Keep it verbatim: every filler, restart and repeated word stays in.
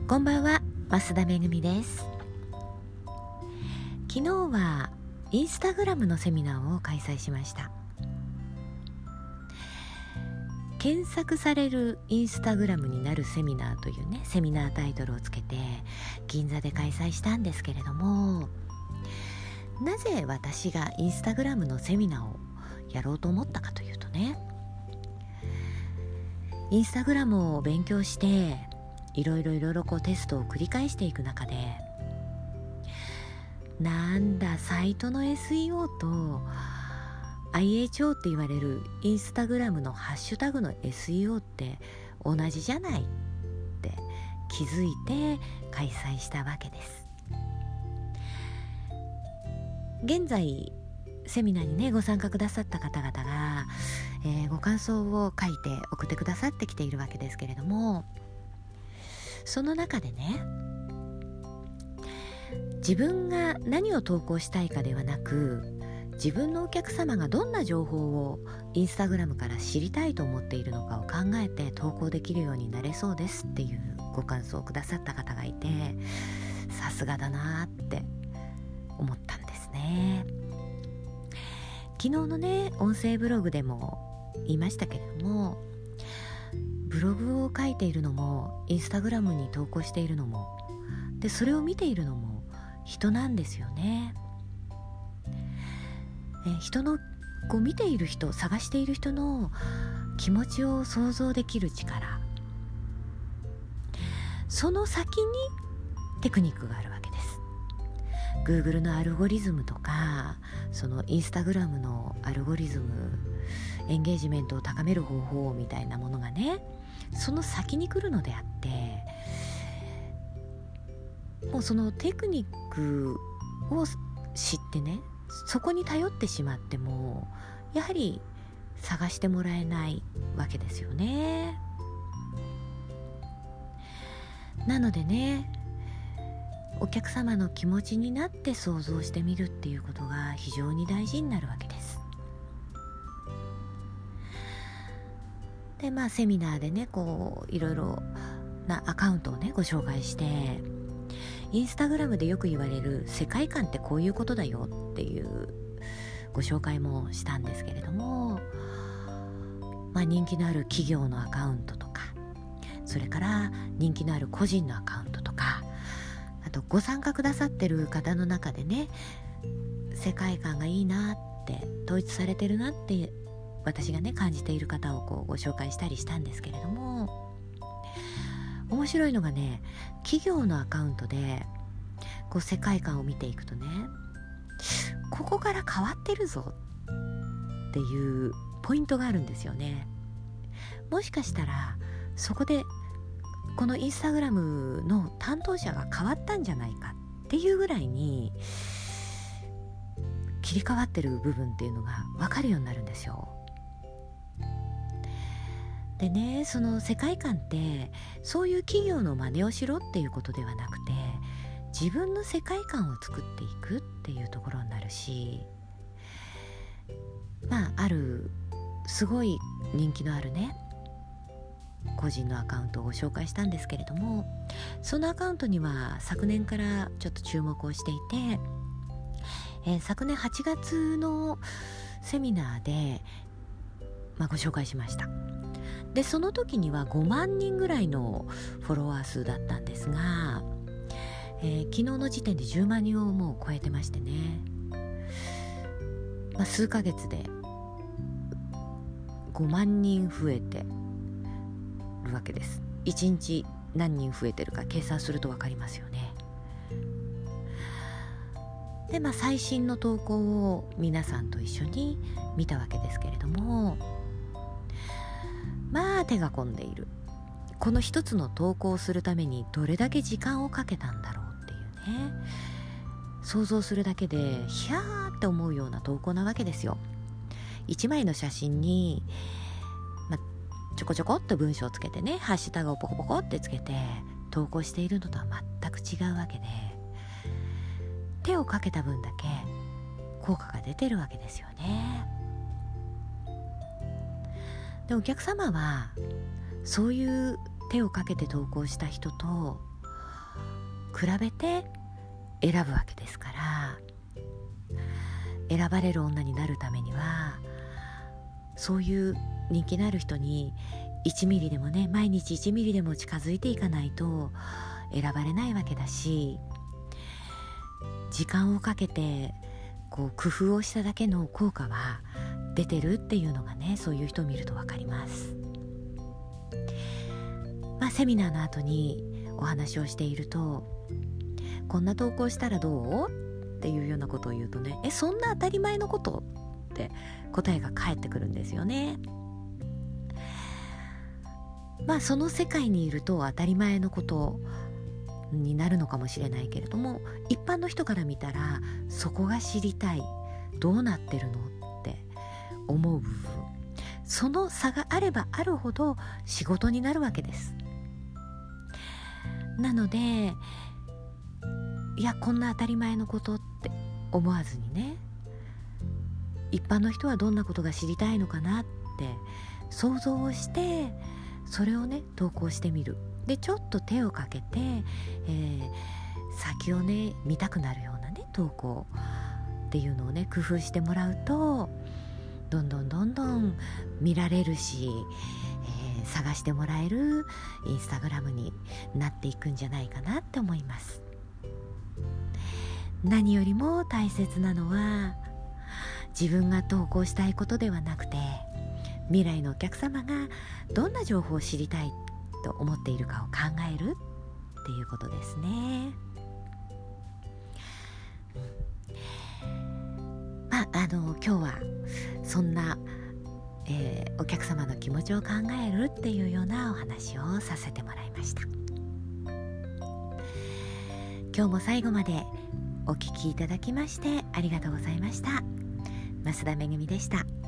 こんばんは、増田めぐみです。昨日はインスタグラムのセミナーを開催しました。検索されるインスタグラムになるセミナーというね、セミナータイトルをつけて銀座で開催したんですけれども、なぜ私がインスタグラムのセミナーをやろうと思ったかというとね、インスタグラムを勉強していろいろいろいろこうテストを繰り返していく中で、なんだサイトの エスイーオー と アイエイチオー って言われるインスタグラムのハッシュタグの エスイーオー って同じじゃないって気づいて開催したわけです。現在セミナーにねご参加くださった方々が、えー、ご感想を書いて送ってくださってきているわけですけれども、その中でね、自分が何を投稿したいかではなく、自分のお客様がどんな情報をインスタグラムから知りたいと思っているのかを考えて投稿できるようになれそうですっていうご感想をくださった方がいて、さすがだなって思ったんですね。昨日のね音声ブログでも言いましたけれども、ブログを書いているのもインスタグラムに投稿しているのもで、それを見ているのも人なんですよね。え人のこう見ている人、探している人の気持ちを想像できる力、その先にテクニックがあるわけです。 Google のアルゴリズムとか、そのインスタグラムのアルゴリズム、エンゲージメントを高める方法みたいなものがね、その先に来るのであって、もうそのテクニックを知ってね、そこに頼ってしまってもやはり探してもらえないわけですよね。なのでね、お客様の気持ちになって想像してみるっていうことが非常に大事になるわけです。でまあセミナーでねこういろいろなアカウントをねご紹介して、インスタグラムでよく言われる世界観ってこういうことだよっていうご紹介もしたんですけれども、まあ、人気のある企業のアカウントとか、それから人気のある個人のアカウントとか、あとご参加くださってる方の中でね、世界観がいいなって統一されてるなって私がね感じている方をこうご紹介したりしたんですけれども、面白いのがね、企業のアカウントでこう世界観を見ていくとね、ここから変わってるぞっていうポイントがあるんですよね。もしかしたらそこでこのインスタグラムの担当者が変わったんじゃないかっていうぐらいに切り替わってる部分っていうのが分かるようになるんですよ。でね、その世界観ってそういう企業の真似をしろっていうことではなくて、自分の世界観を作っていくっていうところになるし、まああるすごい人気のあるね個人のアカウントをご紹介したんですけれども、そのアカウントには昨年からちょっと注目をしていて、えー、昨年はちがつのセミナーで、まあ、ご紹介しました。でその時にはごまんにんぐらいのフォロワー数だったんですが、えー、昨日の時点でじゅうまんにんをもう超えてましてね、まあ、数ヶ月でごまんにん増えてるわけです。いちにち何人増えてるか計算すると分かりますよね。でまあ最新の投稿を皆さんと一緒に見たわけですけれども、まあ手が込んでいる。この一つの投稿をするためにどれだけ時間をかけたんだろうっていうね、想像するだけでヒャーって思うような投稿なわけですよ。一枚の写真に、ま、ちょこちょこっと文章をつけてね、ハッシュタグをポコポコってつけて投稿しているのとは全く違うわけで、手をかけた分だけ効果が出てるわけですよね。でお客様はそういう手をかけて投稿した人と比べて選ぶわけですから、選ばれる女になるためにはそういう人気のある人にいちミリでもね、毎日いちミリでも近づいていかないと選ばれないわけだし、時間をかけてこう工夫をしただけの効果は出てるっていうのがね、そういう人を見ると分かります。まあ、セミナーの後にお話をしていると、こんな投稿したらどうっていうようなことを言うとね、えそんな当たり前のことって答えが返ってくるんですよね。まあその世界にいると当たり前のことになるのかもしれないけれども、一般の人から見たらそこが知りたい、どうなってるのって思う部分、その差があればあるほど仕事になるわけです。なので、いやこんな当たり前のことって思わずにね、一般の人はどんなことが知りたいのかなって想像をして、それをね投稿してみる。でちょっと手をかけて、えー、先をね見たくなるようなね投稿っていうのをね工夫してもらうと、どんどんどんどん見られるし、えー、探してもらえるインスタグラムになっていくんじゃないかなって思います。何よりも大切なのは、自分が投稿したいことではなくて、未来のお客様がどんな情報を知りたいと思っているかを考えるっていうことですね。まああの今日はそんな、えー、お客様の気持ちを考えるっていうようなお話をさせてもらいました。今日も最後までお聞きいただきましてありがとうございました。増田めぐみでした。